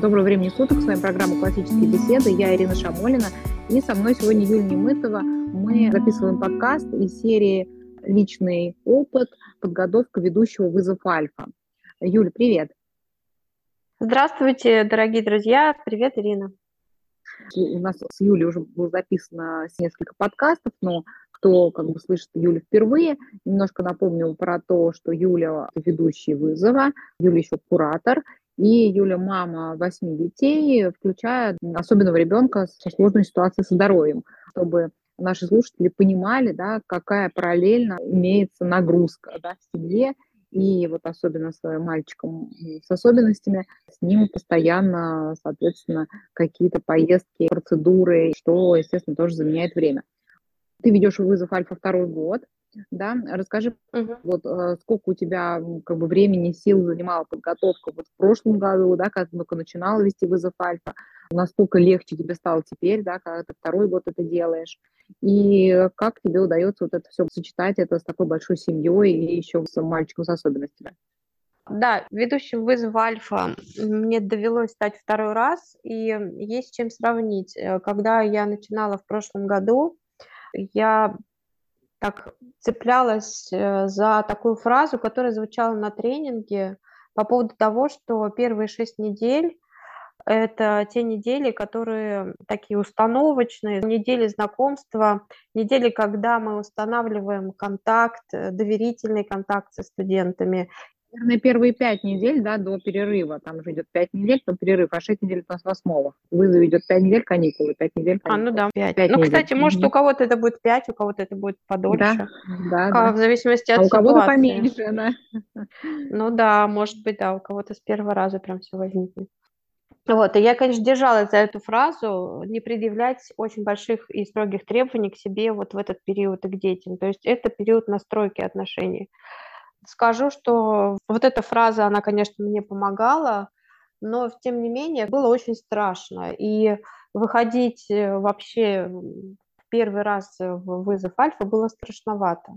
Доброго времени суток. С вами программа «Классические беседы». Я Ирина Шамолина. И со мной сегодня Юлия Немытова. Мы записываем подкаст из серии «Личный опыт. Подготовка ведущего «Вызов Альфа». Юля, привет. Здравствуйте, дорогие друзья. Привет, Ирина. У нас с Юлей уже было записано несколько подкастов, но кто слышит Юлю впервые, немножко напомню про то, что Юля ведущий «Вызова», Юля еще куратор, и Юля мама 8 детей, включая особенного ребенка со сложной ситуацией со здоровьем, чтобы наши слушатели понимали, да, какая параллельно имеется нагрузка, да, в семье, и вот особенно с мальчиком с особенностями, с ним постоянно, соответственно, какие-то поездки, процедуры, что, естественно, тоже заменяет время. Ты ведешь «Вызов Альфа» второй год, да? Расскажи, сколько у тебя времени, сил занимала подготовка в прошлом году, да, когда ты только начинала вести «Вызов Альфа», насколько легче тебе стало теперь, да, когда ты второй год это делаешь, и как тебе удается вот это все сочетать, это с такой большой семьей и еще с мальчиком с особенностями? Да, ведущим «Вызов Альфа» мне довелось стать второй раз, и есть с чем сравнить. Когда я начинала в прошлом году, я так цеплялась за такую фразу, которая звучала на тренинге по поводу того, что первые 6 недель– это те недели, которые такие установочные, недели знакомства, недели, когда мы устанавливаем контакт, доверительный контакт со студентами. Наверное, первые 5 недель, да, до перерыва. Там же идет 5 недель, потом перерыв, а 6 недель у нас 8-го. В «Вызове» идет 5 недель каникулы, 5 недель Ну каникулы. да, 5. 5 Ну, недель. кстати, может, у кого-то это будет 5, у кого-то это будет Да, подольше, да. в зависимости А от у кого-то ситуации. поменьше, да. Ну да, может быть, да, у кого-то с первого раза прям все возникнет. Вот, и я, конечно, держалась за эту фразу, не предъявлять очень больших и строгих требований к себе вот в этот период и к детям. То есть это период настройки отношений. Скажу, что вот эта фраза, она, конечно, мне помогала, но тем не менее было очень страшно. И выходить вообще первый раз в «Вызов Альфа» было страшновато.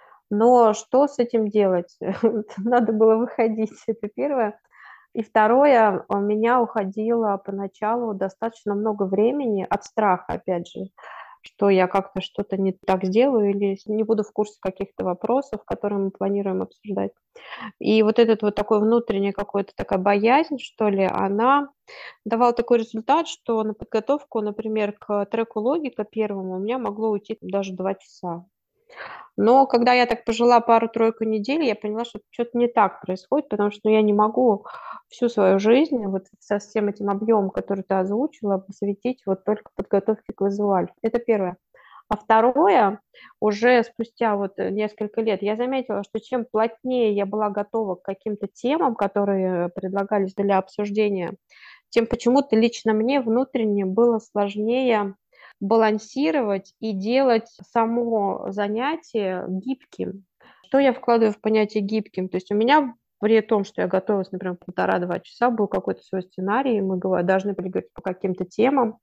Но что с этим делать? Надо было выходить, это первое. И второе, у меня уходило поначалу достаточно много времени от страха, опять же, что я как-то что-то не так сделаю или не буду в курсе каких-то вопросов, которые мы планируем обсуждать. И вот этот вот такой внутренняя какая-то такая боязнь, что ли, она давала такой результат, что на подготовку, например, к треку «Логика» первому у меня могло уйти даже 2 часа. Но когда я так пожила пару-тройку недель, я поняла, что что-то не так происходит, потому что я не могу всю свою жизнь вот со всем этим объемом, который ты озвучила, посвятить вот только подготовке к «Вызову Альфа». Это первое. А второе, уже спустя вот несколько лет я заметила, что чем плотнее я была готова к каким-то темам, которые предлагались для обсуждения, тем почему-то лично мне внутренне было сложнее балансировать и делать само занятие гибким. Что я вкладываю в понятие гибким? То есть у меня при том, что я готовилась, например, 1,5-2 часа, был какой-то свой сценарий, мы должны были говорить по каким-то темам,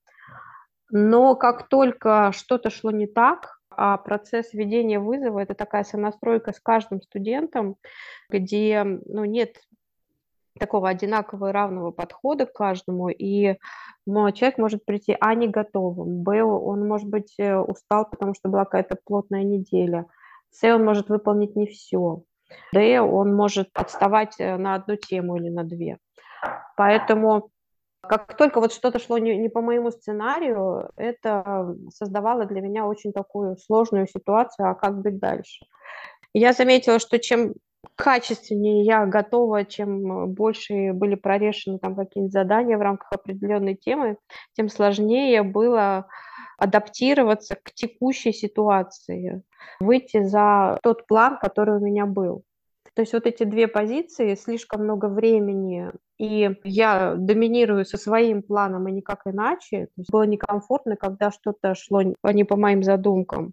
но как только что-то шло не так, а процесс ведения вызова– это такая сонастройка с каждым студентом, где нет такого одинакового и равного подхода к каждому, и человек может прийти не готовым, он может быть устал, потому что была какая-то плотная неделя, он может выполнить не все, он может отставать на одну тему или на две. Поэтому как только вот что-то шло не по моему сценарию, это создавало для меня очень такую сложную ситуацию, а как быть дальше. Я заметила, что чем качественнее я готова, чем больше были прорешены там какие-нибудь задания в рамках определенной темы, тем сложнее было адаптироваться к текущей ситуации, выйти за тот план, который у меня был. То есть вот эти две позиции, слишком много времени, и я доминирую со своим планом и никак иначе. То есть было некомфортно, когда что-то шло не по моим задумкам.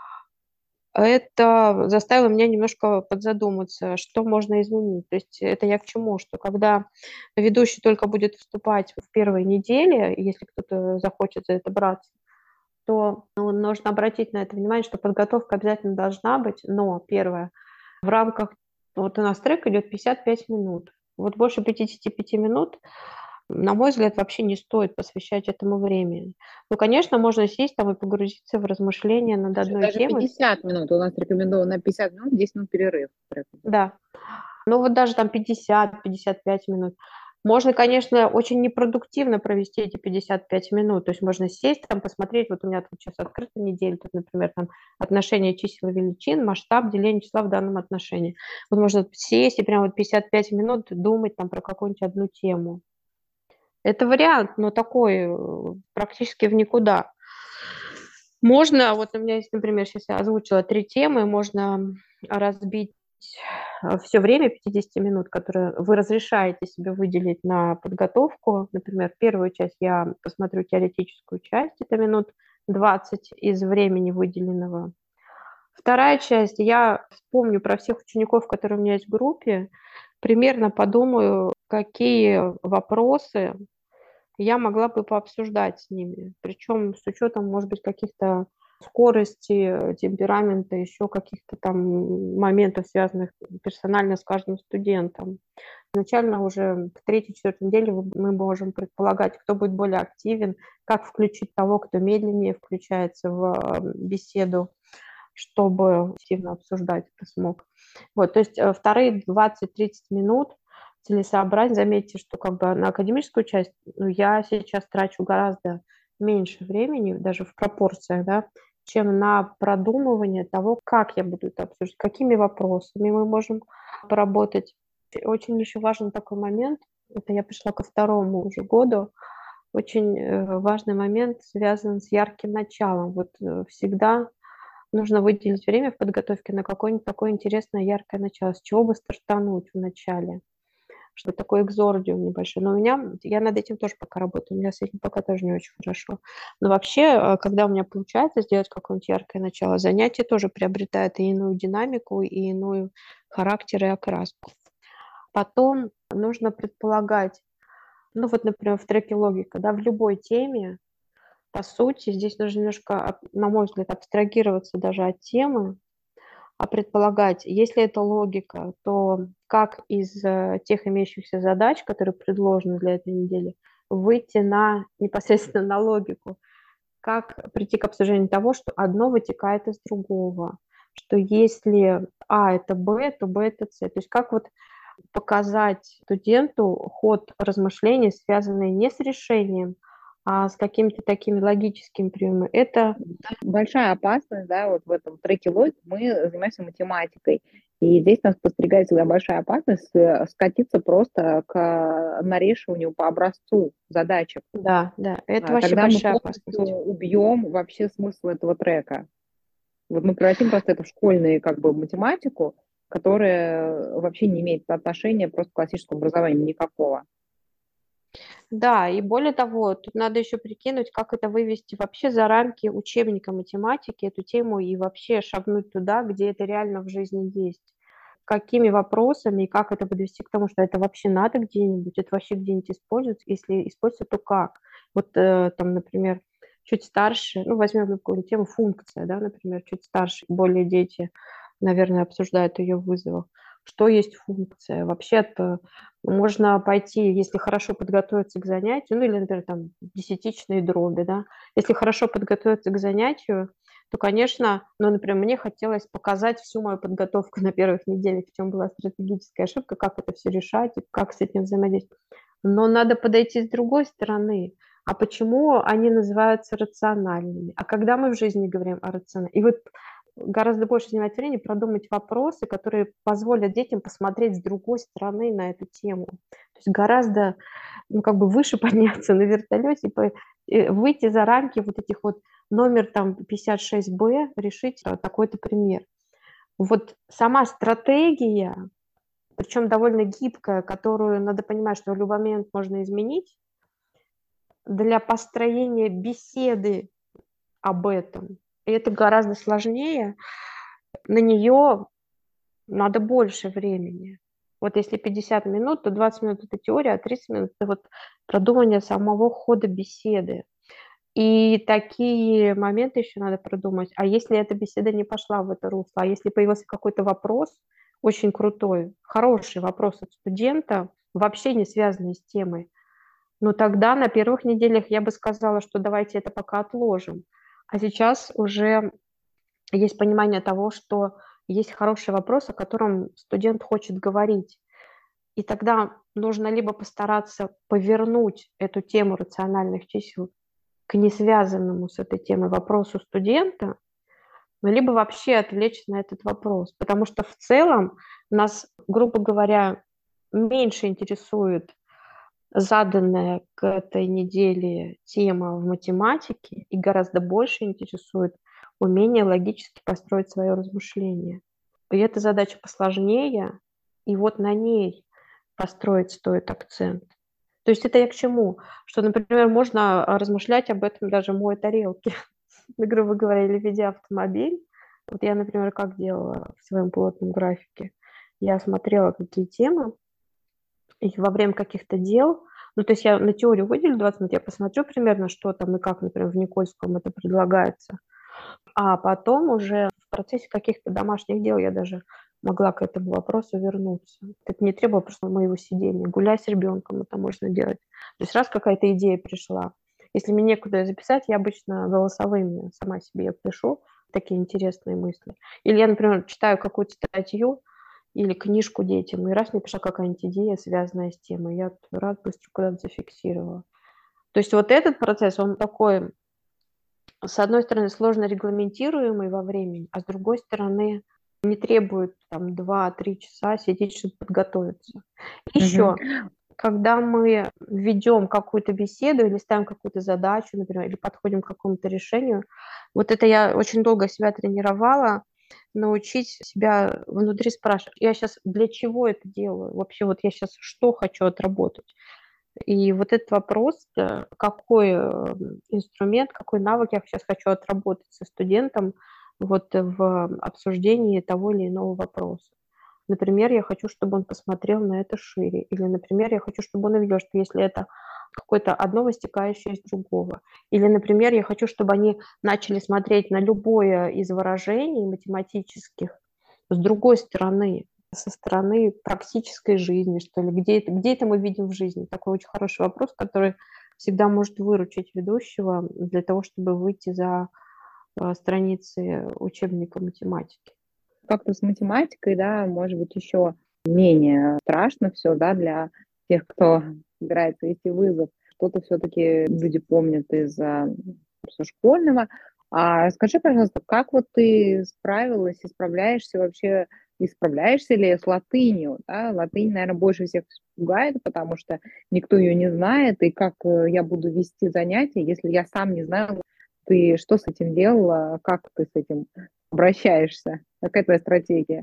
Это заставило меня немножко подзадуматься, что можно изменить. То есть это я к чему? Что когда ведущий только будет выступать в первой неделе, если кто-то захочет за это браться, то нужно обратить на это внимание, что подготовка обязательно должна быть, но первое, в рамках, вот у нас трек идет 55 минут, вот больше 55 минут на мой взгляд, вообще не стоит посвящать этому времени. Ну, конечно, можно сесть там и погрузиться в размышления над Слушай, одной даже темой. 50 минут. У нас рекомендовано 50 минут, 10 минут перерыв. Да. Ну, вот даже там 50-55 минут. Можно, конечно, очень непродуктивно провести эти 55 минут. То есть можно сесть там, посмотреть. Вот у меня тут сейчас открыта неделя, тут, например, там отношение чисел и величин, масштаб деления числа в данном отношении. Вот можно сесть и прям вот 55 минут думать там про какую-нибудь одну тему. Это вариант, но такой практически в никуда. Можно, вот у меня есть, например, сейчас я озвучила 3 темы, можно разбить все время 50 минут, которые вы разрешаете себе выделить на подготовку. Например, первую часть я посмотрю теоретическую часть, это минут 20 из времени выделенного. Вторая часть, я вспомню про всех учеников, которые у меня есть в группе, примерно подумаю, какие вопросы я могла бы пообсуждать с ними. Причем с учетом, может быть, каких-то скорости, темперамента, еще каких-то там моментов, связанных персонально с каждым студентом. Изначально уже к третьей-четвертой неделе мы можем предполагать, кто будет более активен, как включить того, кто медленнее включается в беседу, чтобы активно обсуждать это смог. Вот, то есть вторые 20-30 минут целесообразно. Заметьте, что как бы на академическую часть, ну, я сейчас трачу гораздо меньше времени, даже в пропорциях, да, чем на продумывание того, как я буду это обсуждать, какими вопросами мы можем поработать. Очень еще важен такой момент, это я пришла ко второму уже году, очень важный момент связан с ярким началом. Вот всегда нужно выделить время в подготовке на какое-нибудь такое интересное, яркое начало. С чего бы стартануть в начале? Что такое экзордиум небольшой. Но у меня, я над этим тоже пока работаю, у меня с этим пока тоже не очень хорошо. Но вообще, когда у меня получается сделать какое-нибудь яркое начало, занятие тоже приобретает и иную динамику, и иную характер и окраску. Потом нужно предполагать, ну вот, например, в треке логика, да, в любой теме, по сути, здесь нужно немножко, на мой взгляд, абстрагироваться даже от темы, а предполагать, если это логика, то как из тех имеющихся задач, которые предложены для этой недели, выйти на непосредственно на логику, как прийти к обсуждению того, что одно вытекает из другого, что если А это Б, то Б это С. То есть как вот показать студенту ход размышлений, связанный не с решением, а с какими-то такими логическими приемами. Это Большая опасность, да, вот в этом треке логик мы занимаемся математикой. И здесь нас подстерегает всегда большая опасность скатиться просто к нарешиванию по образцу задачек. да, да, это вообще Тогда мы большая полностью опасность. убьем вообще смысл этого трека. Вот мы превратим просто это в школьную как бы математику, которая вообще не имеет отношения просто к классическому образованию никакого. Да, и более того, тут надо еще прикинуть, как это вывести вообще за рамки учебника математики, эту тему, и вообще шагнуть туда, где это реально в жизни есть. Какими вопросами и как это подвести к тому, что это вообще надо где-нибудь, это вообще где-нибудь используется, если используется, то как? Вот там, например, чуть старше, ну, возьмем какую-нибудь тему, функция, да, например, чуть старше, более дети, наверное, обсуждают ее в вызовах. Что есть функция? Вообще-то можно пойти, если хорошо подготовиться к занятию, ну или, например, там десятичные дроби, да. Если хорошо подготовиться к занятию, то, конечно, ну, например, мне хотелось показать всю мою подготовку на первых неделях, в чем была стратегическая ошибка, как это все решать и как с этим взаимодействовать. Но надо подойти с другой стороны. А почему они называются рациональными? А когда мы в жизни говорим о рациональности? И вот гораздо больше занимать времени продумать вопросы, которые позволят детям посмотреть с другой стороны на эту тему. То есть гораздо, ну, как бы выше подняться на вертолете, выйти за рамки вот этих вот номер там 56Б, решить такой-то пример. Вот сама стратегия, причем довольно гибкая, которую надо понимать, что в любой момент можно изменить, для построения беседы об этом, и это гораздо сложнее, на нее надо больше времени. Вот если 50 минут, то 20 минут – это теория, а 30 минут – это вот продумывание самого хода беседы. И такие моменты еще надо продумать. А если эта беседа не пошла в это русло, а если появился какой-то вопрос, очень крутой, хороший вопрос от студента, вообще не связанный с темой, Но тогда на первых неделях я бы сказала, что давайте это пока отложим. А сейчас уже есть понимание того, что есть хороший вопрос, о котором студент хочет говорить. И тогда нужно либо постараться повернуть эту тему рациональных чисел к несвязанному с этой темой вопросу студента, ну, либо вообще отвлечься на этот вопрос. Потому что в целом нас, грубо говоря, меньше интересует заданная к этой неделе тема в математике и гораздо больше интересует умение логически построить свое размышление. И эта задача посложнее, и вот на ней построить стоит акцент. То есть это я к чему? Что, например, можно размышлять об этом даже моя тарелки, грубо говоря, или ведя автомобиль. Вот я, например, как делала в своем плотном графике. Я смотрела, какие темы, и во время каких-то дел, ну, то есть я на теорию выделю 20 минут, я посмотрю примерно, что там и как, например, в Никольском это предлагается, а потом уже в процессе каких-то домашних дел я даже могла к этому вопросу вернуться. Это не требовало просто моего сидения. Гуляй с ребенком, это можно делать. То есть раз какая-то идея пришла, если мне некуда записать, я обычно голосовыми сама себе ее пишу, такие интересные мысли. Или я, например, читаю какую-то статью или книжку детям, и раз мне пришла какая-нибудь идея, связанная с темой, я раз быстро куда-то зафиксировала. То есть вот этот процесс, он такой, с одной стороны, сложно регламентируемый во времени, а с другой стороны, не требует там 2-3 часа сидеть, чтобы подготовиться. Мгм. Еще, когда мы ведем какую-то беседу или ставим какую-то задачу, например, или подходим к какому-то решению, вот это я очень долго себя тренировала, научить себя внутри спрашивать, я сейчас для чего это делаю? Вообще вот я сейчас что хочу отработать? И вот этот вопрос, какой инструмент, какой навык я сейчас хочу отработать со студентом вот в обсуждении того или иного вопроса. Например, я хочу, чтобы он посмотрел на это шире. Или, например, я хочу, чтобы он увидел, что если это какое-то одно вытекающее из другого. Или, например, я хочу, чтобы они начали смотреть на любое из выражений математических с другой стороны, со стороны практической жизни, что ли. Где это мы видим в жизни? Такой очень хороший вопрос, который всегда может выручить ведущего для того, чтобы выйти за страницы учебника математики. Как-то с математикой, да, может быть, еще менее страшно все, да, для тех, кто собирается вести вызов. Что-то все-таки люди помнят из курса школьного. А скажи, пожалуйста, как вот ты справилась и справляешься вообще, и справляешься ли с латынью? Да? Латынь, наверное, больше всех пугает, потому что никто ее не знает, и как я буду вести занятия, если я сам не знаю, ты что с этим делала, как ты с этим обращаешься? Какая твоя стратегия?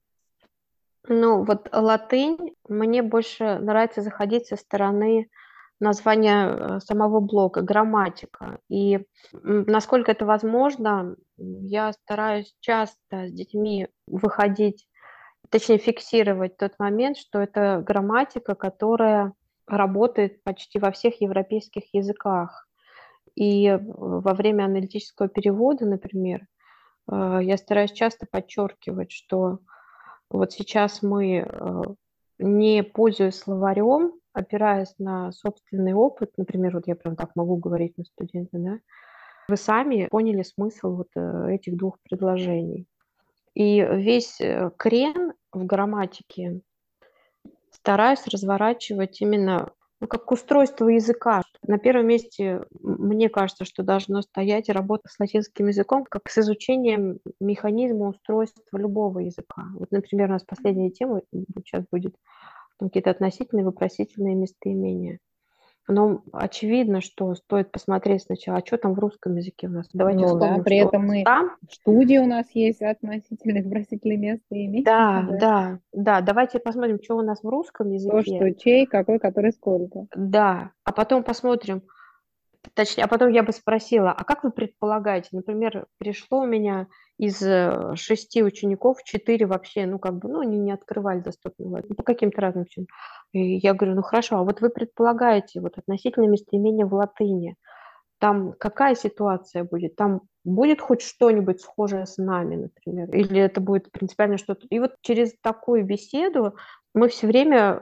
Ну, вот латынь, мне больше нравится заходить со стороны названия самого блока, грамматика. И насколько это возможно, я стараюсь часто с детьми выходить, точнее фиксировать тот момент, что это грамматика, которая работает почти во всех европейских языках. И во время аналитического перевода, например, я стараюсь часто подчеркивать, что вот сейчас мы, не пользуясь словарем, опираясь на собственный опыт, например, вот я прям так могу говорить на студента, да, вы сами поняли смысл вот этих двух предложений. И весь крен в грамматике стараюсь разворачивать именно ну, как к устройству языка. На первом месте, мне кажется, что должно стоять работа с латинским языком, как с изучением механизма устройства любого языка. Вот, например, у нас последняя тема сейчас будет там какие-то относительные, вопросительные местоимения. Но очевидно, что стоит посмотреть сначала, а что там в русском языке у нас. Давайте Ну да, вспомним, при что у этом нас мы там. в студии у нас есть относительные выразительные места и Да, да. да, да. Давайте посмотрим, что у нас в русском То, языке. что чей, какой, который, сколько. Да, а потом посмотрим, точнее, а потом я бы спросила, а как вы предполагаете, например, пришло у меня из 6 учеников 4 вообще, ну, как бы, ну, они не открывали доступный ввод, ну, по каким-то разным причинам. И я говорю, ну, хорошо, а вот вы предполагаете, вот относительно местоимения в латыни, там какая ситуация будет? Там будет хоть что-нибудь схожее с нами, например? Или это будет принципиально что-то? И вот через такую беседу мы все время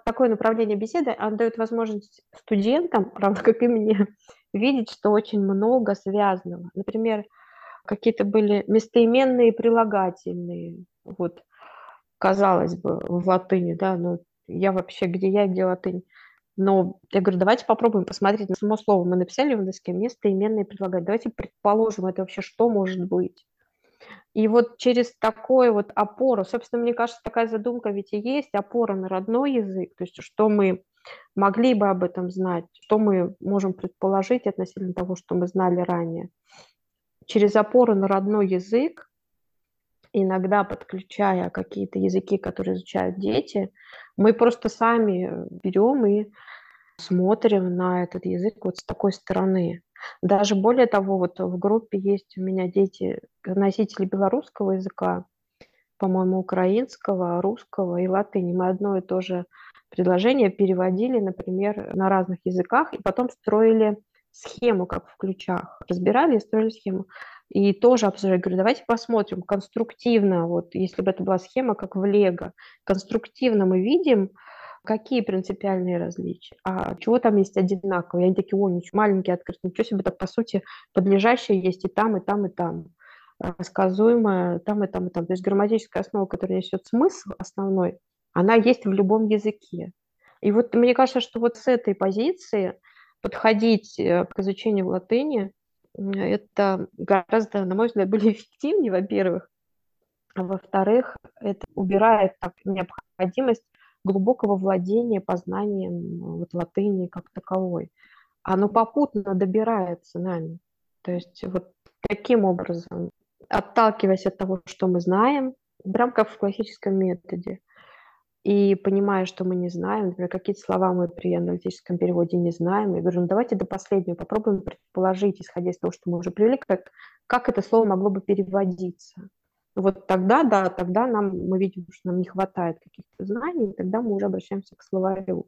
такое направление беседы, оно дает возможность студентам, равно как и мне, видеть, что очень много связанного. Например, какие-то были местоименные и прилагательные. Вот, казалось бы, в латыни, да, ну, я вообще, где я, где латынь. Но я говорю, давайте попробуем посмотреть на само слово. Мы написали в доске местоименные и прилагательные. Давайте предположим, это вообще что может быть. И вот через такую вот опору, собственно, мне кажется, такая задумка ведь и есть, опора на родной язык, то есть что мы могли бы об этом знать, что мы можем предположить относительно того, что мы знали ранее. Через опору на родной язык, иногда подключая какие-то языки, которые изучают дети, мы просто сами берем и смотрим на этот язык вот с такой стороны. Даже более того, вот в группе есть у меня дети, носители белорусского языка, по-моему, украинского, русского и латыни. Мы одно и то же предложение переводили, например, на разных языках, и потом строили схему, как в ключах. Разбирали и строили схему. И тоже обсуждали. Говорю, давайте посмотрим конструктивно, вот если бы это была схема, как в Лего, конструктивно мы видим, какие принципиальные различия, а чего там есть одинаково. И они такие, о, ничего, маленькие открыты, ничего себе, так по сути подлежащее есть и там, и там, и там сказуемое там и там, и там. То есть грамматическая основа, которая несет смысл основной, она есть в любом языке. И вот мне кажется, что вот с этой позиции подходить к изучению латыни, это гораздо, на мой взгляд, более эффективнее, во-первых. А во-вторых, это убирает так, необходимость глубокого владения познанием вот, латыни как таковой. Оно попутно добирается нами. То есть вот таким образом, отталкиваясь от того, что мы знаем, прям как в классическом методе, и понимая, что мы не знаем, например, какие-то слова мы при аналитическом переводе не знаем, я говорю, ну давайте до последнего попробуем предположить, исходя из того, что мы уже привели, как это слово могло бы переводиться. Вот тогда, да, тогда мы видим, что нам не хватает каких-то знаний, и тогда мы уже обращаемся к словарю.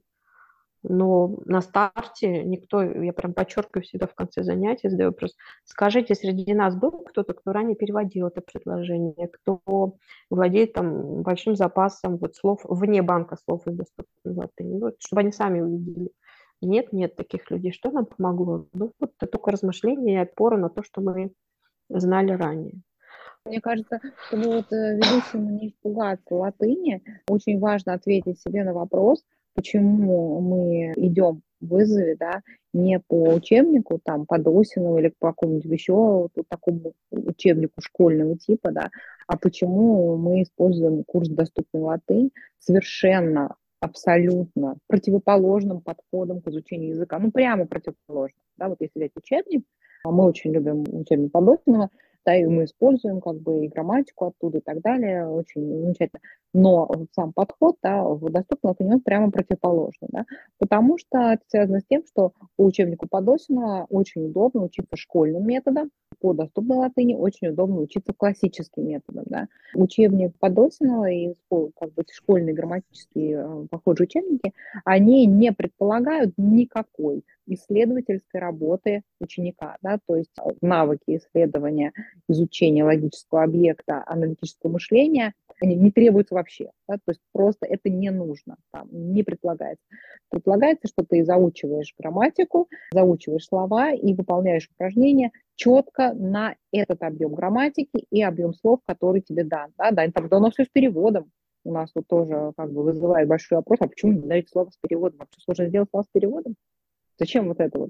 Но на старте никто, я прям подчеркиваю всегда в конце занятия, задаю вопрос, скажите, среди нас был кто-то, кто ранее переводил это предложение, кто владеет там большим запасом вот слов, вне банка слов из доступной латыни, ну, чтобы они сами увидели. Нет таких людей. Что нам помогло? Ну, вот это только размышления и опора на то, что мы знали ранее. Мне кажется, чтобы вот ведущему не испугаться латыни, очень важно ответить себе на вопрос, почему мы идем в вызове, да, не по учебнику, там, по Досину или по какому-нибудь еще вот такому учебнику школьного типа, да, а почему мы используем курс «Доступный латынь» совершенно, абсолютно противоположным подходом к изучению языка, ну, прямо противоположным, да, вот если взять учебник, а мы очень любим учебник Подосинова, да, и мы используем как бы и грамматику оттуда и так далее, очень замечательно. Но вот сам подход, да, в доступном от него прямо противоположный, да, потому что это связано с тем, что по учебнику Подосинова очень удобно учиться школьным методом, по доступной латыни очень удобно учиться классическим методом, да. Учебник Подосинова и как бы школьные грамматические похожие учебники, они не предполагают никакой исследовательской работы ученика, да, то есть навыки исследования, изучения логического объекта, аналитического мышления, они не требуются вообще, да, то есть просто это не нужно, там, не предполагается. Предполагается, что ты заучиваешь грамматику, заучиваешь слова и выполняешь упражнения четко на этот объем грамматики и объем слов, который тебе дан. Да, да, тогда у нас все с переводом. У нас вот тоже как бы вызывает большой вопрос, а почему не даете слово с переводом? Вообще сложно сделать слово с переводом? Зачем вот это вот?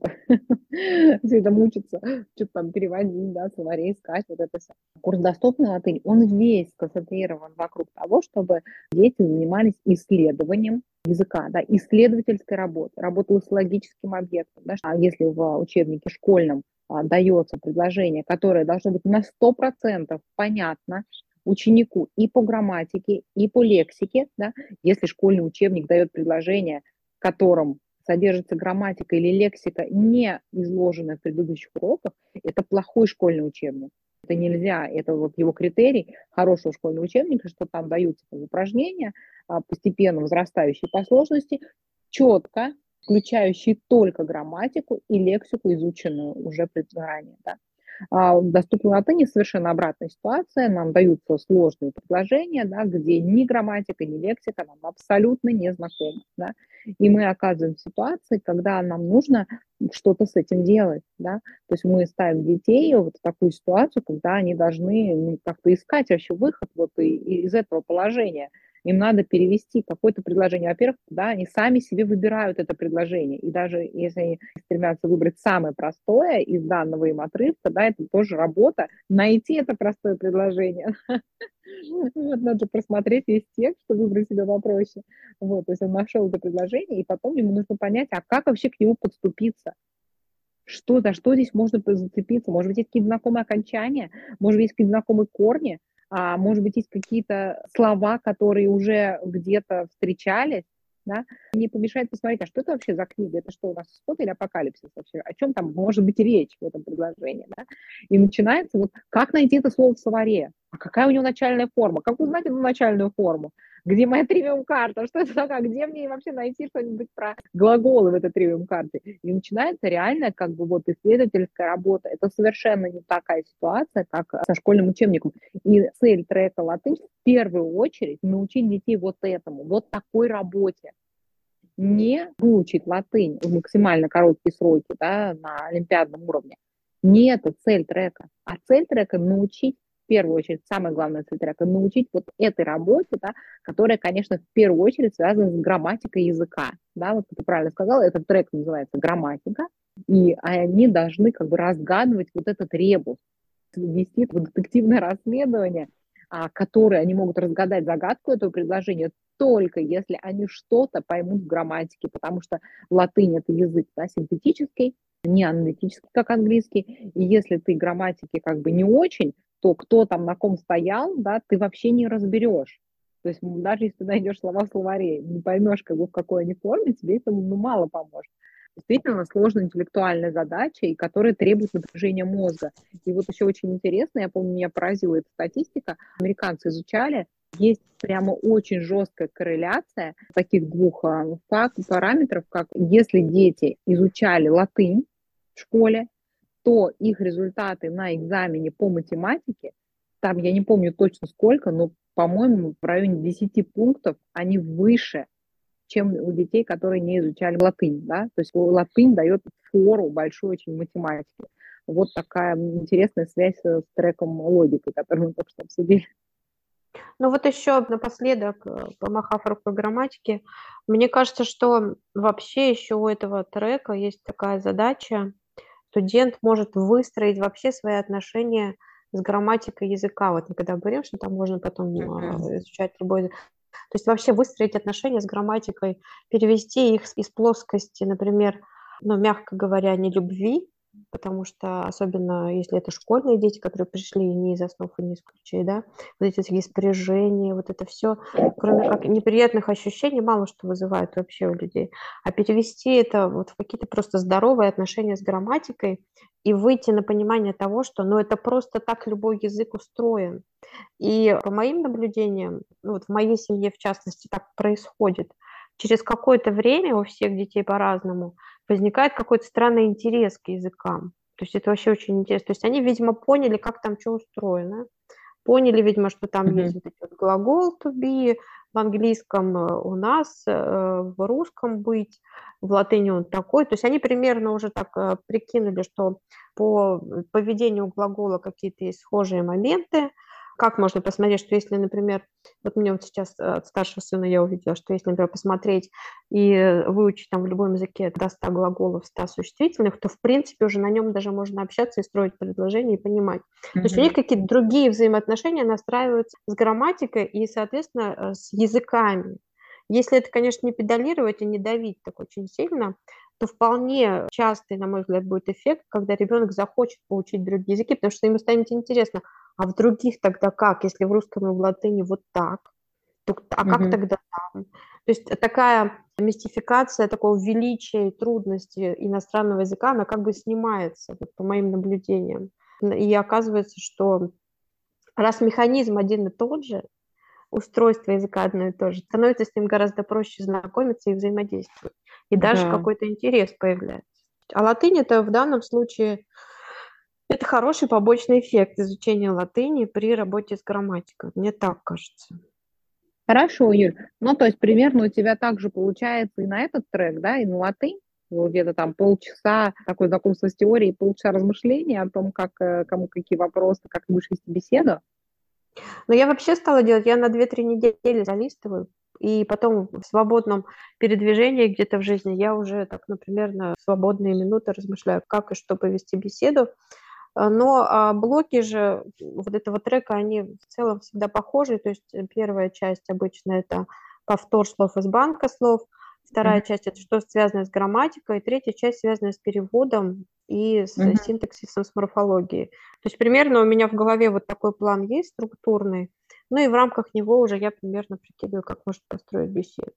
Все это мучиться, что-то там переводить, да, словари искать, вот это все. Курс «Доступный латынь», он весь сконцентрирован вокруг того, чтобы дети занимались исследованием языка, да, исследовательской работой, работали с логическим объектом. Да. А если в учебнике школьном дается предложение, которое должно быть на 100% понятно ученику и по грамматике, и по лексике, да, если школьный учебник дает предложение, в котором содержится грамматика или лексика, не изложенная в предыдущих уроках, это плохой школьный учебник. Это нельзя, это вот его критерий хорошего школьного учебника, что там даются упражнения, постепенно возрастающие по сложности, четко включающие только грамматику и лексику, изученную уже ранее. Да. В доступной латыни совершенно обратная ситуация. Нам даются сложные предложения, да, где ни грамматика, ни лексика нам абсолютно не знакомы. Да, и мы оказываемся в ситуации, когда нам нужно что-то с этим делать. Да. То есть мы ставим детей вот в такую ситуацию, когда они должны как-то искать вообще выход вот из этого положения. Им надо перевести какое-то предложение. Во-первых, да, они сами себе выбирают это предложение. И даже если они стремятся выбрать самое простое из данного им отрывка, да, это тоже работа, найти это простое предложение. Вот, надо просмотреть весь текст, чтобы выбрать себе попроще. Вот, то есть он нашел это предложение, и потом ему нужно понять, а как вообще к нему подступиться. За что здесь можно зацепиться? Может быть, есть какие-то знакомые окончания, может быть, есть какие-то знакомые корни, может быть, есть какие-то слова, которые уже где-то встречались, да? Не помешает посмотреть, а что это вообще за книга? Это что, у нас исход или апокалипсис вообще? О чем там может быть речь в этом предложении, да? И начинается вот, как найти это слово в словаре? А какая у него начальная форма? Как узнать эту начальную форму? Где моя тривиум-карта? Что это такое? Где мне вообще найти что-нибудь про глаголы в этой тривиум-карте? И начинается реально как бы вот исследовательская работа. Это совершенно не такая ситуация, как со школьным учебником. И цель трека «Латынь» в первую очередь научить детей вот этому, вот такой работе. Не выучить латынь в максимально короткие сроки, да, на олимпиадном уровне. Не это цель трека. А цель трека – научить, в первую очередь, самая главная цель трека – научить вот этой работе, да, которая, конечно, в первую очередь связана с грамматикой языка. Да, вот ты правильно сказала, этот трек называется «Грамматика», и они должны как бы разгадывать вот этот ребус, вести детективное расследование, которое они могут разгадать загадку этого предложения только если они что-то поймут в грамматике, потому что латынь – это язык, да, синтетический, не аналитический, как английский, и если ты грамматики как бы не очень, то кто там на ком стоял, да, ты вообще не разберешь. То есть даже если ты найдешь слова в словаре, не поймешь, как бы, в какой они форме, тебе это мало поможет. Действительно сложная интеллектуальная задача, и которая требует напряжения мозга. И вот еще очень интересно, я помню, меня поразила эта статистика, американцы изучали, есть прямо очень жесткая корреляция таких двух параметров, как если дети изучали латынь в школе, то их результаты на экзамене по математике, там я не помню точно сколько, но, по-моему, в районе 10 пунктов они выше, чем у детей, которые не изучали латынь. Да? То есть латынь дает фору большой очень математики. Вот такая интересная связь с треком логики, который мы только что обсудили. Ну вот еще напоследок, помахав рукой грамматики, мне кажется, что вообще еще у этого трека есть такая задача. Студент может выстроить вообще свои отношения с грамматикой языка. Вот мы когда говорим, что там можно потом изучать любой язык. То есть вообще выстроить отношения с грамматикой, перевести их из плоскости, например, ну, мягко говоря, не любви, потому что особенно если это школьные дети, которые пришли не из основ и не из ключей, да, вот эти всякие спряжения, вот это все, кроме как неприятных ощущений, мало что вызывает вообще у людей. А перевести это вот в какие-то просто здоровые отношения с грамматикой и выйти на понимание того, что, ну, это просто так любой язык устроен. И по моим наблюдениям, ну, вот в моей семье, в частности, так происходит. Через какое-то время у всех детей по-разному возникает какой-то странный интерес к языкам. То есть это вообще очень интересно. То есть они, видимо, поняли, как там что устроено. Поняли, видимо, что там есть вот этот глагол to be, в английском у нас, в русском быть, в латыни он такой. То есть они примерно уже так прикинули, что по поведению глагола какие-то есть схожие моменты. Как можно посмотреть, что если, например, вот мне вот сейчас от старшего сына я увидела, что если, например, посмотреть и выучить там в любом языке до 100 глаголов, 100 существительных, то, в принципе, уже на нем даже можно общаться и строить предложения и понимать. То есть у них какие-то другие взаимоотношения настраиваются с грамматикой и, соответственно, с языками. Если это, конечно, не педалировать и не давить так очень сильно, то вполне частый, на мой взгляд, будет эффект, когда ребенок захочет получить другие языки, потому что ему станет интересно, а в других тогда как? Если в русском и в латыни вот так, то, а как тогда там? То есть такая мистификация такого величия и трудности иностранного языка, она как бы снимается, вот, по моим наблюдениям. И оказывается, что раз механизм один и тот же, устройство языка одно и то же, становится с ним гораздо проще знакомиться и взаимодействовать. И даже Да. какой-то интерес появляется. А латынь это в данном случае Это хороший побочный эффект изучения латыни при работе с грамматикой, мне так кажется. Хорошо, Юль. Ну, то есть примерно у тебя также получается и на этот трек, да, и на латынь. Вот где-то там полчаса такой знакомства с теорией, полчаса размышления о том, как, кому какие вопросы, как ты будешь вести беседу. Но я вообще стала делать, я на 2-3 недели залистываю, и потом в свободном передвижении где-то в жизни я уже так, например, на свободные минуты размышляю, как и что повести беседу. Но блоки же вот этого трека, они в целом всегда похожи. То есть первая часть обычно это повтор слов из банка слов, вторая Мгм. часть это что связано с грамматикой, третья часть связана с переводом и с Мгм. синтаксисом, с морфологией. То есть примерно у меня в голове вот такой план есть структурный, ну и в рамках него уже я примерно прикидываю, как может построить беседу.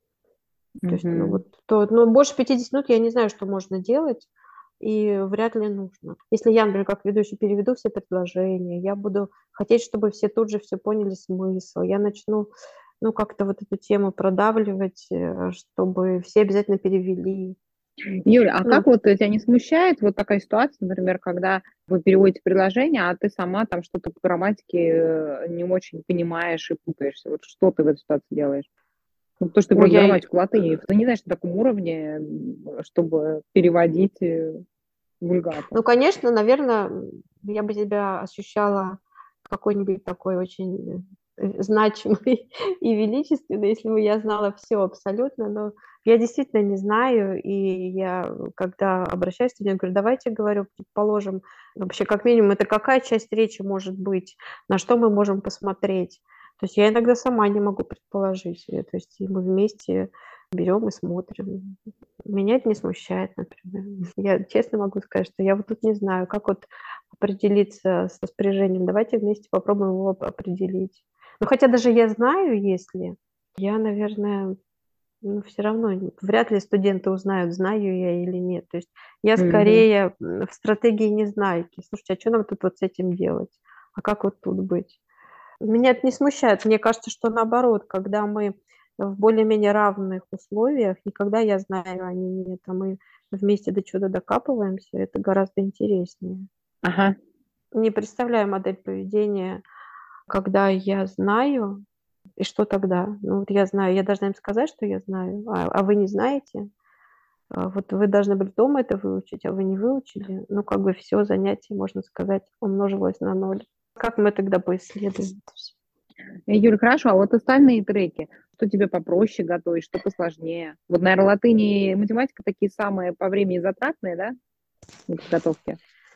То есть, ну Мгм. вот, то, ну, больше 50 минут я не знаю, что можно делать, и вряд ли нужно. Если я, например, как ведущий переведу все предложения, я буду хотеть, чтобы все тут же все поняли смысл, я начну, ну, как-то вот эту тему продавливать, чтобы все обязательно перевели. Юля, а Ну, как вот тебя не смущает вот такая ситуация, например, когда вы переводите предложение, а ты сама там что-то по грамматике не очень понимаешь и путаешься? Вот что ты в этой ситуации делаешь? Ну, потому что ты ой, просто грамматику латыни, ты не знаешь на таком уровне, чтобы переводить вульгатор. ну, конечно, наверное, я бы себя ощущала какой-нибудь такой очень значимой и величественной, если бы я знала все абсолютно, но я действительно не знаю, и я, когда обращаюсь к студентам, говорю, давайте, говорю, предположим, вообще, как минимум, это какая часть речи может быть, на что мы можем посмотреть. То есть я иногда сама не могу предположить, то есть и мы вместе берем и смотрим. Меня это не смущает, например. Я честно могу сказать, что я вот тут не знаю, как вот определиться с распоряжением. Давайте вместе попробуем его определить. Ну, хотя даже я знаю, если я, наверное, ну, все равно вряд ли студенты узнают, знаю я или нет. То есть я Мгм. скорее в стратегии незнайки. Слушайте, а что нам тут вот с этим делать? А как вот тут быть? Меня это не смущает. Мне кажется, что наоборот, когда мы в более-менее равных условиях, никогда я знаю, они нет, а мы вместе до чего-то докапываемся, это гораздо интереснее. Ага. Не представляю модель поведения, когда я знаю, и что тогда? Ну, вот я знаю, я должна им сказать, что я знаю, а вы не знаете. Вот вы должны были дома это выучить, а вы не выучили. Ну, как бы все занятие, можно сказать, умножилось на ноль. Как мы тогда поисследуем это всё? Юль, хорошо, а вот остальные треки, что тебе попроще готовить, что посложнее? Вот, наверное, латынь и математика такие самые по времени затратные, да, в подготовке?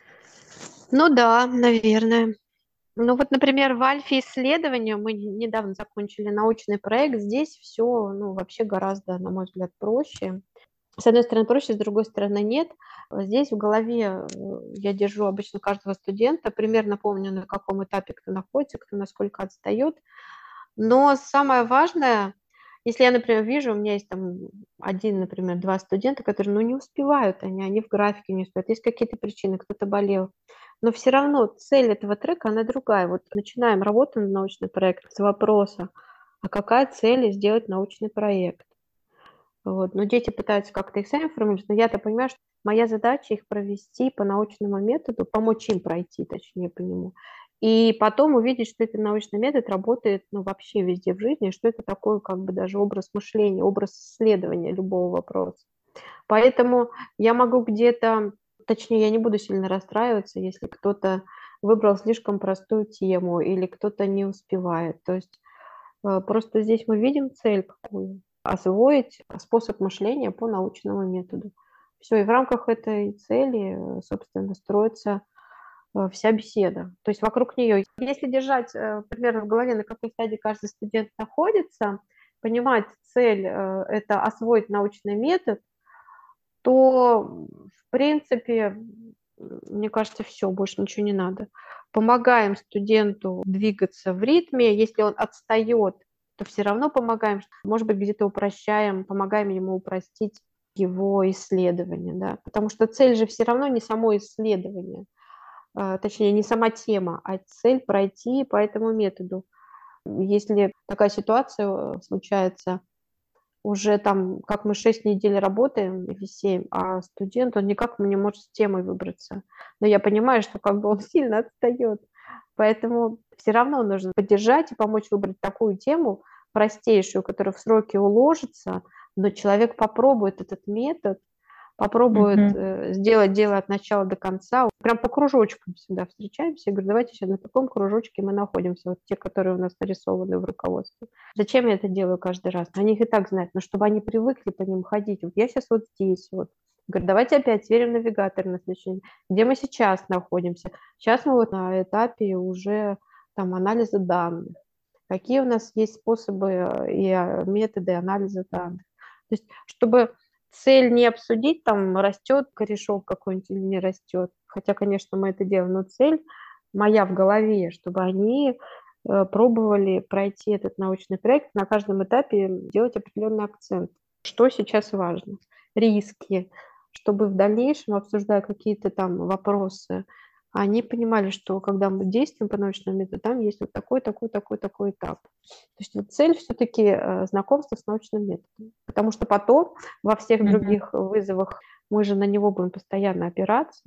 Ну да, наверное. Ну вот, например, в Альфе исследования мы недавно закончили научный проект. Здесь все, ну, вообще гораздо, на мой взгляд, проще. С одной стороны проще, с другой стороны нет. Здесь в голове я держу обычно каждого студента, примерно помню, на каком этапе кто находится, кто насколько отстает. Но самое важное, если я, например, вижу, у меня есть там один, например, 2 студента, которые, ну, не успевают они в графике не успевают, есть какие-то причины, кто-то болел. Но все равно цель этого трека, она другая. Вот начинаем работу над научным проектом с вопроса: а какая цель сделать научный проект? Вот. Но дети пытаются как-то их сами формулировать, но я-то понимаю, что моя задача их провести по научному методу, помочь им пройти, точнее, по нему. И потом увидеть, что этот научный метод работает, ну, вообще везде в жизни, что это такое, как бы даже образ мышления, образ исследования любого вопроса. Поэтому я могу где-то, точнее, я не буду сильно расстраиваться, если кто-то выбрал слишком простую тему или кто-то не успевает. То есть просто здесь мы видим цель какую: освоить способ мышления по научному методу. Все, и в рамках этой цели, собственно, строится вся беседа. То есть вокруг нее. Если держать примерно в голове, на какой стадии каждый студент находится, понимать цель это освоить научный метод, то, в принципе, мне кажется, все, больше ничего не надо. Помогаем студенту двигаться в ритме. Если он отстает, то все равно помогаем. Может быть, где-то упрощаем, помогаем ему упростить его исследование, да. Потому что цель же все равно не само исследование, точнее, не сама тема, а цель пройти по этому методу. Если такая ситуация случается, уже там, как мы 6 недель работаем или 7, а студент, он никак не может с темой выбраться. Но я понимаю, что как бы он сильно отстает. Поэтому все равно нужно поддержать и помочь выбрать такую тему простейшую, которая в сроки уложится, но человек попробует этот метод, попробует Мгм. сделать дело от начала до конца. Прям по кружочкам всегда встречаемся. Я говорю, давайте сейчас на каком кружочке мы находимся, вот те, которые у нас нарисованы в руководстве. Зачем я это делаю каждый раз? Они их и так знают, но чтобы они привыкли по ним ходить. Вот я сейчас вот здесь вот. Говорю, давайте опять сверим навигатор на следующий день. Где мы сейчас находимся? Сейчас мы вот на этапе уже там анализа данных. Какие у нас есть способы и методы анализа данных. То есть, чтобы цель не обсудить, там, растет корешок какой-нибудь или не растет, хотя, конечно, мы это делаем, но цель моя в голове, чтобы они пробовали пройти этот научный проект, на каждом этапе делать определенный акцент. Что сейчас важно? Риски, чтобы в дальнейшем, обсуждая какие-то там вопросы, они понимали, что когда мы действуем по научному методу, там есть вот такой, такой, такой, такой этап. То есть вот цель все-таки знакомство с научным методом. Потому что потом во всех Мгм. других вызовах мы же на него будем постоянно опираться.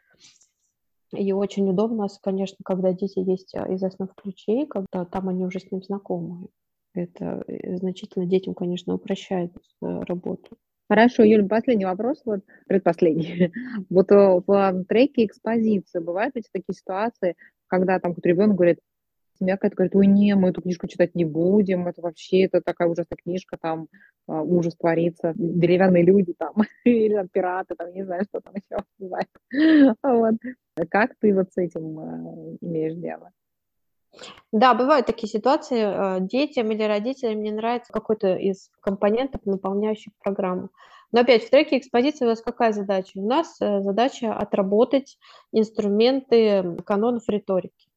И очень удобно, конечно, когда дети есть из основ ключей, когда там они уже с ним знакомы. Это значительно детям, конечно, упрощает работу. Хорошо, Юль, последний вопрос, вот предпоследний. Вот в треке экспозиции бывают эти такие ситуации, когда там какой-то ребенок говорит, семья какая-то говорит, ой, не, мы эту книжку читать не будем, это вообще, это такая ужасная книжка, там ужас творится, деревянные люди там, или там пираты, там, не знаю, что там еще бывает. Вот. Как ты вот с этим имеешь дело? Да, бывают такие ситуации. Детям или родителям не нравится какой-то из компонентов, наполняющих программу. Но опять, в треке экспозиции у нас какая задача? У нас задача отработать инструменты канонов риторики.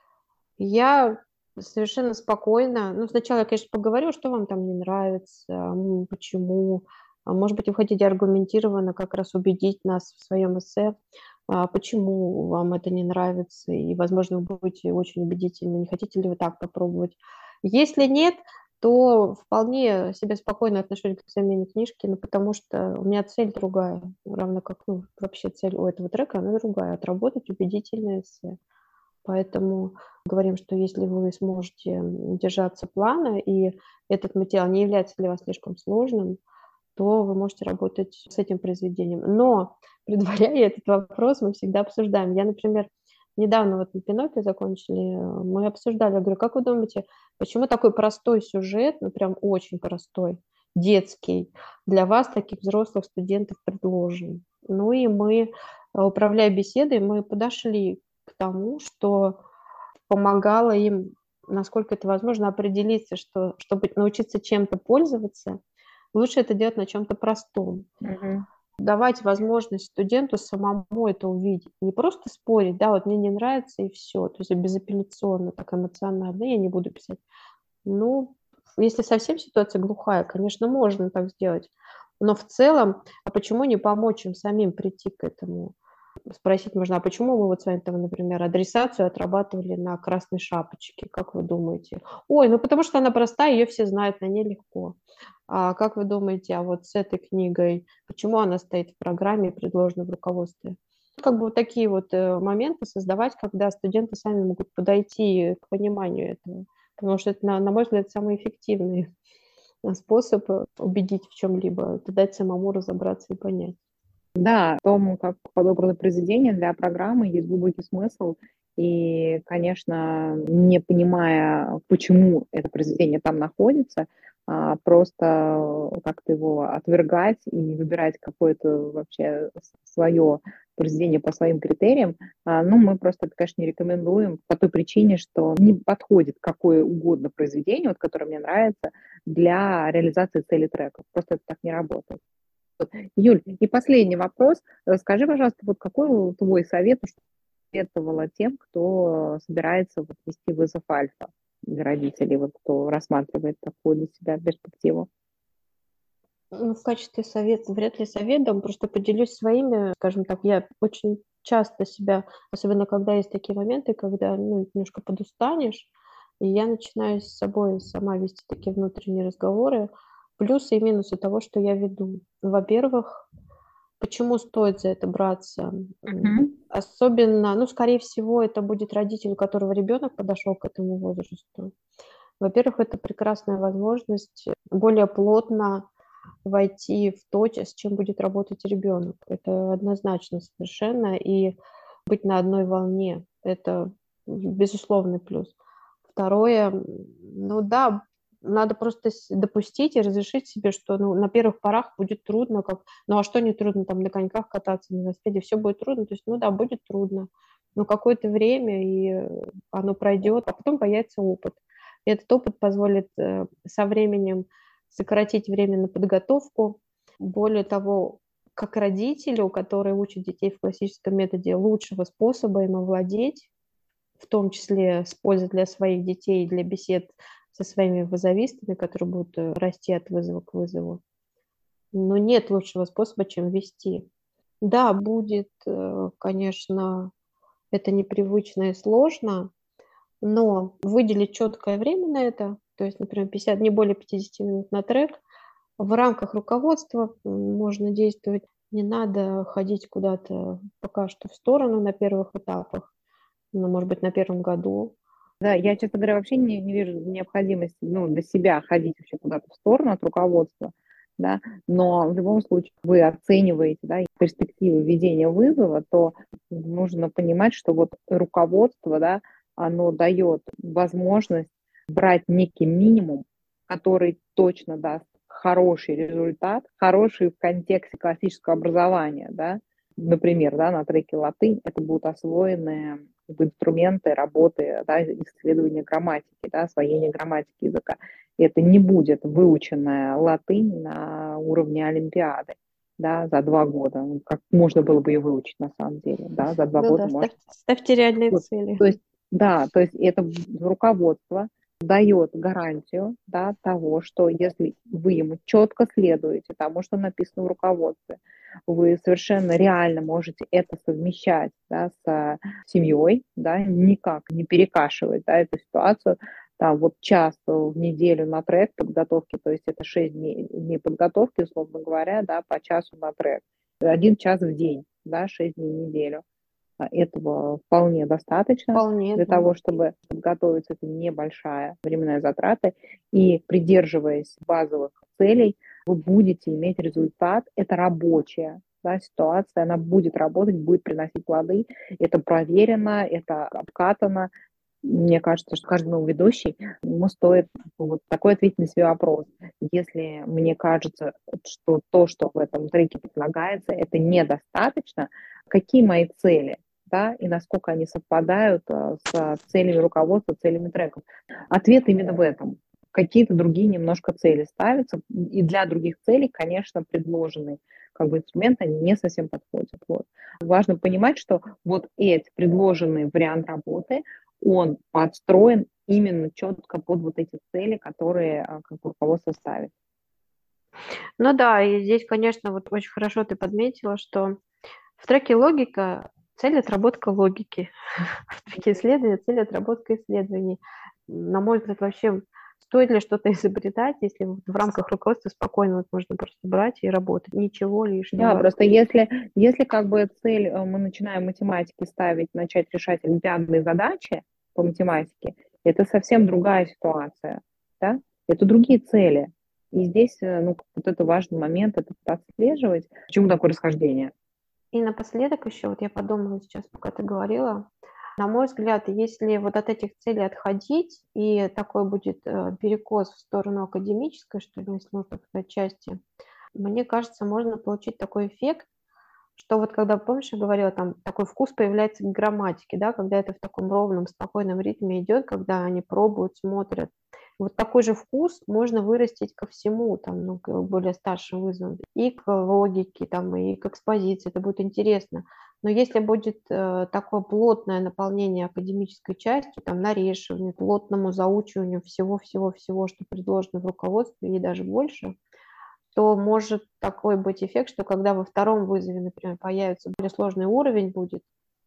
Я совершенно спокойно, ну, сначала я, конечно, поговорю, что вам там не нравится, почему. Может быть, вы хотите аргументированно как раз убедить нас в своем эссе, почему вам это не нравится, и, возможно, вы будете очень убедительны, не хотите ли вы так попробовать. Если нет, то вполне себе спокойно отношусь к замене книжки, ну, потому что у меня цель другая, равно как, ну, вообще цель у этого трека, она другая, отработать убедительное эссе. Поэтому говорим, что если вы сможете держаться плана, и этот материал не является для вас слишком сложным, то вы можете работать с этим произведением. Но, предваряя этот вопрос, мы всегда обсуждаем. Я, например, недавно вот на «Пиноккио» закончили, мы обсуждали, я говорю, как вы думаете, почему такой простой сюжет, ну прям очень простой, детский, для вас, таких взрослых студентов, предложен? Ну и мы, управляя беседой, мы подошли к тому, что помогало им, насколько это возможно, определиться, что чтобы научиться чем-то пользоваться, лучше это делать на чем-то простом. Мгм. Давать возможность студенту самому это увидеть. Не просто спорить, да, вот мне не нравится и все, то есть безапелляционно, так эмоционально, я не буду писать. Ну, если совсем ситуация глухая, конечно, можно так сделать. Но в целом, а почему не помочь им самим прийти к этому? Спросить можно, а почему мы вот с вами там, например, адресацию отрабатывали на красной шапочке, как вы думаете? Ой, ну потому что она простая, ее все знают, на ней легко. А как вы думаете, а вот с этой книгой, почему она стоит в программе, предложена в руководстве? Как бы вот такие вот моменты создавать, когда студенты сами могут подойти к пониманию этого. Потому что это, на мой взгляд, самый эффективный способ убедить в чем-либо, это дать самому разобраться и понять. Да, в том, как подобрано произведение для программы, есть глубокий смысл. И, конечно, не понимая, почему это произведение там находится, просто как-то его отвергать и выбирать какое-то вообще свое произведение по своим критериям, ну, мы просто это, конечно, не рекомендуем по той причине, что не подходит какое угодно произведение, вот, которое мне нравится, для реализации цели треков. Просто это так не работает. Юль, и последний вопрос. Скажи, пожалуйста, вот какой твой совет, что советовала тем, кто собирается вот вести вызов альфа для родителей, вот кто рассматривает такую для себя перспективу? Ну, в качестве совета вряд ли совет дам, просто поделюсь своими, скажем так, я очень часто себя, особенно когда есть такие моменты, когда, ну, немножко подустанешь, и я начинаю с собой сама вести такие внутренние разговоры. плюсы и минусы того, что я веду. Во-первых, почему стоит за это браться? Мгм. Особенно, ну, скорее всего, это будет родитель, у которого ребенок подошел к этому возрасту. Во-первых, это прекрасная возможность более плотно войти в то, с чем будет работать ребенок. Это однозначно совершенно. И быть на одной волне– это безусловный плюс. Второе, ну да, надо просто допустить и разрешить себе, что ну, на первых порах будет трудно, как, ну а что не трудно, там на коньках кататься, на велосипеде, все будет трудно, то есть, ну да, будет трудно, но какое-то время, и оно пройдет, а потом появится опыт. И этот опыт позволит со временем сократить время на подготовку. Более того, как родителю, который учит детей в классическом методе, лучшего способа им овладеть, в том числе с пользой для своих детей, для бесед со своими вызовистами, которые будут расти от вызова к вызову. Но нет лучшего способа, чем вести. Да, будет, конечно, это непривычно и сложно, но выделить четкое время на это, то есть, например, 50, не более 50 минут на трек, в рамках руководства можно действовать. Не надо ходить куда-то пока что в сторону на первых этапах, ну, может быть, на первом году. Да, я, честно говоря, вообще не вижу необходимости, ну, для себя ходить вообще куда-то в сторону от руководства, да, но в любом случае вы оцениваете, да, перспективы ведения вызова, то нужно понимать, что вот руководство, да, оно дает возможность брать некий минимум, который точно даст хороший результат, хороший в контексте классического образования, да. Например, да, на треке латынь это будут освоенные как бы инструменты работы, да, исследования грамматики, да, освоения грамматики языка. Это не будет выученная латынь на уровне олимпиады, да, за 2 года. Ну, как можно было бы ее выучить на самом деле, да, за 2 Ну года да, можно. ставьте реальные Вот, цели. то есть, да, то есть это руководство дает гарантию, да, того, что если вы ему четко следуете тому, что написано в руководстве, вы совершенно реально можете это совмещать, да, с семьей, да, никак не перекашивать, да, эту ситуацию. Там вот час в неделю на трек подготовки, то есть это 6 дней подготовки, условно говоря, да, по часу на трек. 1 час в день, да, 6 дней в неделю. Этого вполне достаточно Вполне, для да. того, чтобы подготовиться. Это небольшая временная затрата. И придерживаясь базовых целей, вы будете иметь результат. Это рабочая, да, ситуация, она будет работать, будет приносить плоды. Это проверено, это обкатано. Мне кажется, что каждому ведущий ему стоит вот такой ответить на свой вопрос. Если мне кажется, что то, что в этом треке предлагается, это недостаточно, какие мои цели? Да, и насколько они совпадают с целями руководства, целями треков. Ответ именно в этом. Какие-то другие немножко цели ставятся, и для других целей, конечно, предложенные как бы инструменты, они не совсем подходят. Вот. Важно понимать, что вот эти предложенные вариант работы, он подстроен именно четко под вот эти цели, которые как бы руководство ставит. Ну да, и здесь, конечно, вот очень хорошо ты подметила, что в треке логика цель отработка логики. В треке исследования цель отработка исследований. На мой взгляд, вообще стоит ли что-то изобретать, если в рамках руководства спокойно вот можно просто брать и работать, ничего Да, лишнего. просто если как бы цель, мы начинаем математики ставить, начать решать олимпиадные задачи по математике, это совсем другая ситуация, да, это другие цели. И здесь, ну, вот это важный момент, это отслеживать. Почему такое расхождение? И напоследок еще, вот я подумала сейчас, пока ты говорила, на мой взгляд, если вот от этих целей отходить, и такой будет перекос в сторону академической, что ли, если можно так сказать, части, мне кажется, можно получить такой эффект, что вот когда, помнишь, я говорила, там такой вкус появляется к грамматике, да, когда это в таком ровном, спокойном ритме идет, когда они пробуют, смотрят. Вот такой же вкус можно вырастить ко всему, там, ну, к более старшим вызовам, и к логике, там, и к экспозиции, это будет интересно. Но если будет такое плотное наполнение академической частью, там, нарешиванию, плотному заучиванию всего-всего-всего, что предложено в руководстве, и даже больше, то может такой быть эффект, что когда во втором вызове, например, появится более сложный уровень будет,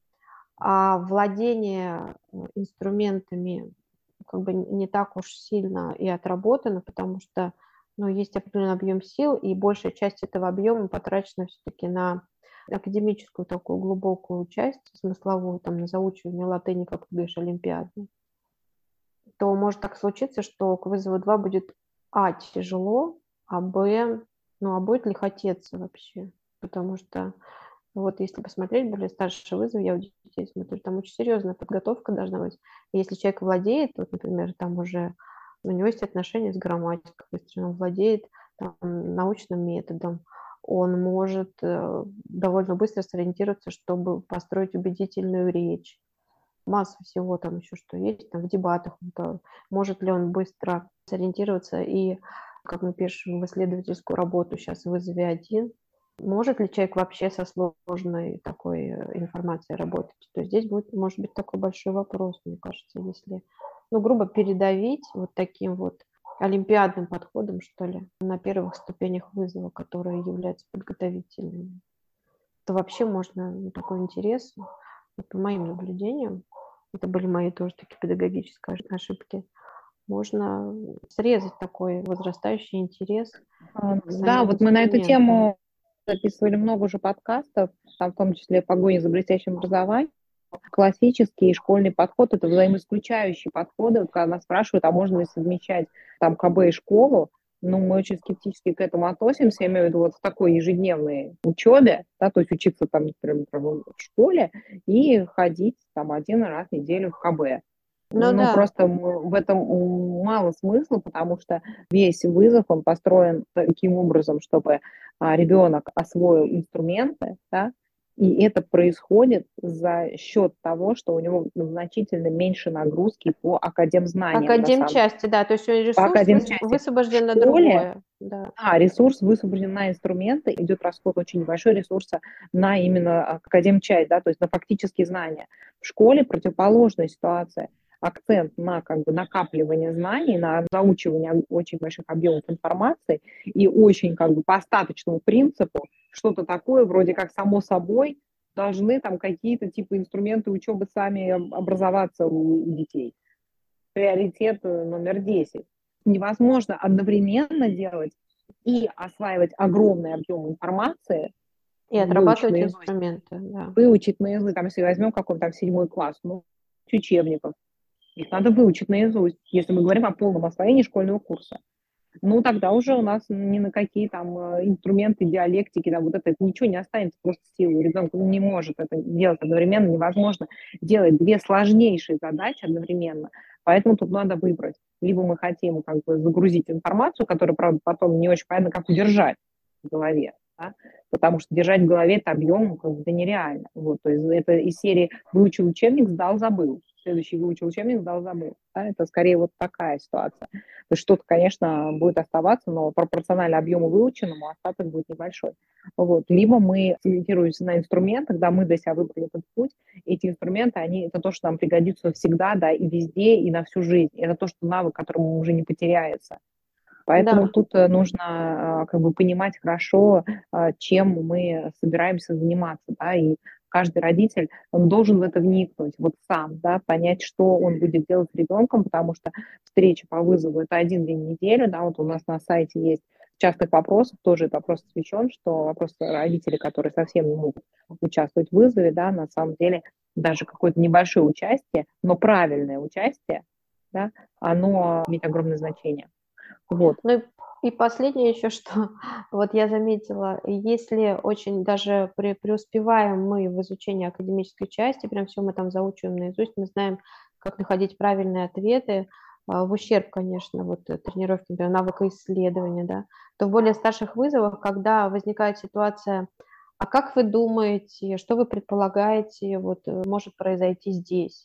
а владение инструментами как бы не так уж сильно и отработано, потому что но есть определенный объем сил, и большая часть этого объема потрачена все-таки на академическую такую глубокую часть, смысловую, там, на заучивание латыни, как ты говоришь, олимпиадной, то может так случиться, что к вызову 2 будет тяжело, а будет ли хотеться вообще? Потому что вот если посмотреть более старший вызов, я у детей смотрю, там очень серьезная подготовка должна быть. И если человек владеет, вот, например, там уже у него есть отношения с грамматикой, быстро он владеет там, научным методом, он может довольно быстро сориентироваться, чтобы построить убедительную речь. Масса всего там еще, что есть, там в дебатах. Может ли он быстро сориентироваться и, как мы пишем в исследовательскую работу сейчас в вызове 1, может ли человек вообще со сложной такой информацией работать? То есть здесь будет, может быть, такой большой вопрос, мне кажется, если, грубо передавить вот таким вот олимпиадным подходом, что ли, на первых ступенях вызова, которые являются подготовительными, то вообще можно такой интерес, вот по моим наблюдениям, это были мои тоже такие педагогические ошибки, можно срезать такой возрастающий интерес к Да, самим вот мы на эту инструментам. тему записывали много уже подкастов, там в том числе «Погоня за блестящим образованием». Классический школьный подход – это взаимоисключающие подходы. Вот когда нас спрашивают, а можно ли совмещать там КБ и школу, мы очень скептически к этому относимся, я имею в виду вот в такой ежедневной учебе, да, то есть учиться там, например, в школе и ходить там один раз в неделю в КБ. Ну да, Просто в этом мало смысла, потому что весь вызов, он построен таким образом, чтобы ребенок освоил инструменты, да, и это происходит за счет того, что у него значительно меньше нагрузки по академзнаниям, на самом деле. академчасти, да, то есть По ресурс академчасти. В высвобожден на школе, другое, да. ресурс высвобожден на инструменты, идет расход очень большой ресурса на именно академчасть, да, то есть на фактические знания. В школе противоположная ситуация. Акцент на как бы накапливание знаний, на заучивание очень больших объемов информации и очень как бы по остаточному принципу что-то такое, вроде как само собой, должны там какие-то типа инструменты учебы сами образоваться у детей. Приоритет номер 10. Невозможно одновременно делать и осваивать огромный объем информации, И выучить отрабатывать наизусть, инструменты, да. там, если возьмем какой-то там 7 класс, учебников, их надо выучить наизусть, если мы говорим о полном освоении школьного курса. Тогда уже у нас ни на какие там инструменты диалектики, да, вот это ничего не останется просто в силу. Ребенок не может это делать одновременно, невозможно делать две сложнейшие задачи одновременно. Поэтому тут надо выбрать. Либо мы хотим как бы загрузить информацию, которую, правда, потом не очень понятно, как удержать в голове, да? Потому что держать в голове это объем как бы, это нереально. Вот, то есть это из серии «выучил учебник, сдал, забыл». Следующий выучил учебник, сдал, забыл. Да? Это скорее вот такая ситуация. То есть что-то, конечно, будет оставаться, но пропорционально объему выученному остаток будет небольшой. Вот. Либо мы ориентируемся на инструменты, когда мы для себя выбрали этот путь. Эти инструменты, это то, что нам пригодится всегда, да, и везде, и на всю жизнь. Это то, что навык, который уже не потеряется. Поэтому Да. тут нужно как бы понимать хорошо, чем мы собираемся заниматься, да, и каждый родитель, он должен в это вникнуть, вот сам, да, понять, что он будет делать с ребенком, потому что встреча по вызову – это один день в неделю, да, вот у нас на сайте есть частых вопросов, тоже этот вопрос освещен, что вопрос родителей, которые совсем не могут участвовать в вызове, да, на самом деле даже какое-то небольшое участие, но правильное участие, да, оно имеет огромное значение. Вот. Ну и последнее еще, что вот я заметила, если очень даже преуспеваем мы в изучении академической части, прям все мы там заучиваем наизусть, мы знаем, как находить правильные ответы, в ущерб, конечно, вот тренировки, например, навыка исследования, да, то в более старших вызовах, когда возникает ситуация, а как вы думаете, что вы предполагаете, вот может произойти здесь?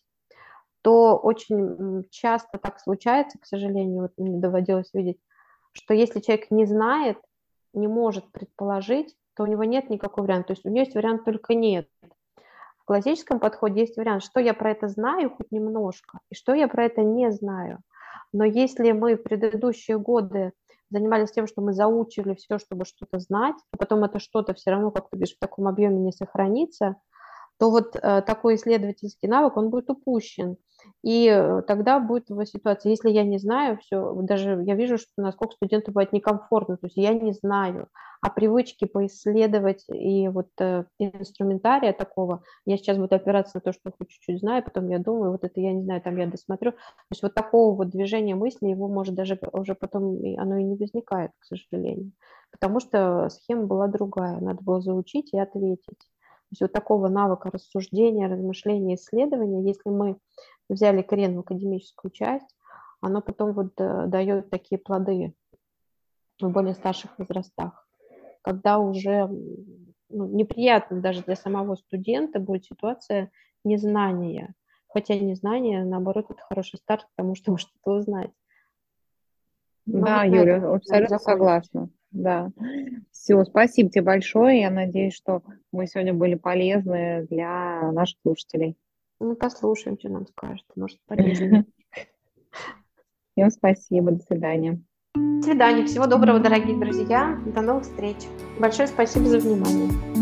То очень часто так случается, к сожалению, вот мне доводилось видеть, что если человек не знает, не может предположить, то у него нет никакого варианта. То есть у него есть вариант только нет. В классическом подходе есть вариант, что я про это знаю хоть немножко, и что я про это не знаю. Но если мы в предыдущие годы занимались тем, что мы заучили все, чтобы что-то знать, а потом это что-то все равно, как ты говоришь, в таком объеме не сохранится, то вот такой исследовательский навык, он будет упущен. И тогда будет ситуация, если я не знаю все, даже я вижу, что насколько студенту бывает некомфортно, то есть я не знаю, а привычки поисследовать и вот инструментария такого, я сейчас буду опираться на то, что хоть чуть-чуть знаю, потом я думаю, вот это я не знаю, там я досмотрю. То есть вот такого вот движения мысли, его может даже уже потом, оно и не возникает, к сожалению, потому что схема была другая, надо было заучить и ответить. То есть вот такого навыка рассуждения, размышления, исследования, если мы взяли крен в академическую часть, оно потом вот дает такие плоды в более старших возрастах, когда уже неприятно даже для самого студента будет ситуация незнания. Хотя незнание, наоборот, это хороший старт, потому что что-то узнать. Но Да, вот на этом Юля, надо абсолютно закончить. согласна. Да. Все, спасибо тебе большое. Я надеюсь, что мы сегодня были полезны для наших слушателей. Ну, послушаем, что нам скажет. Может, полезнее. Всем спасибо, до свидания. До свидания. Всего доброго, дорогие друзья. До новых встреч. Большое спасибо за внимание.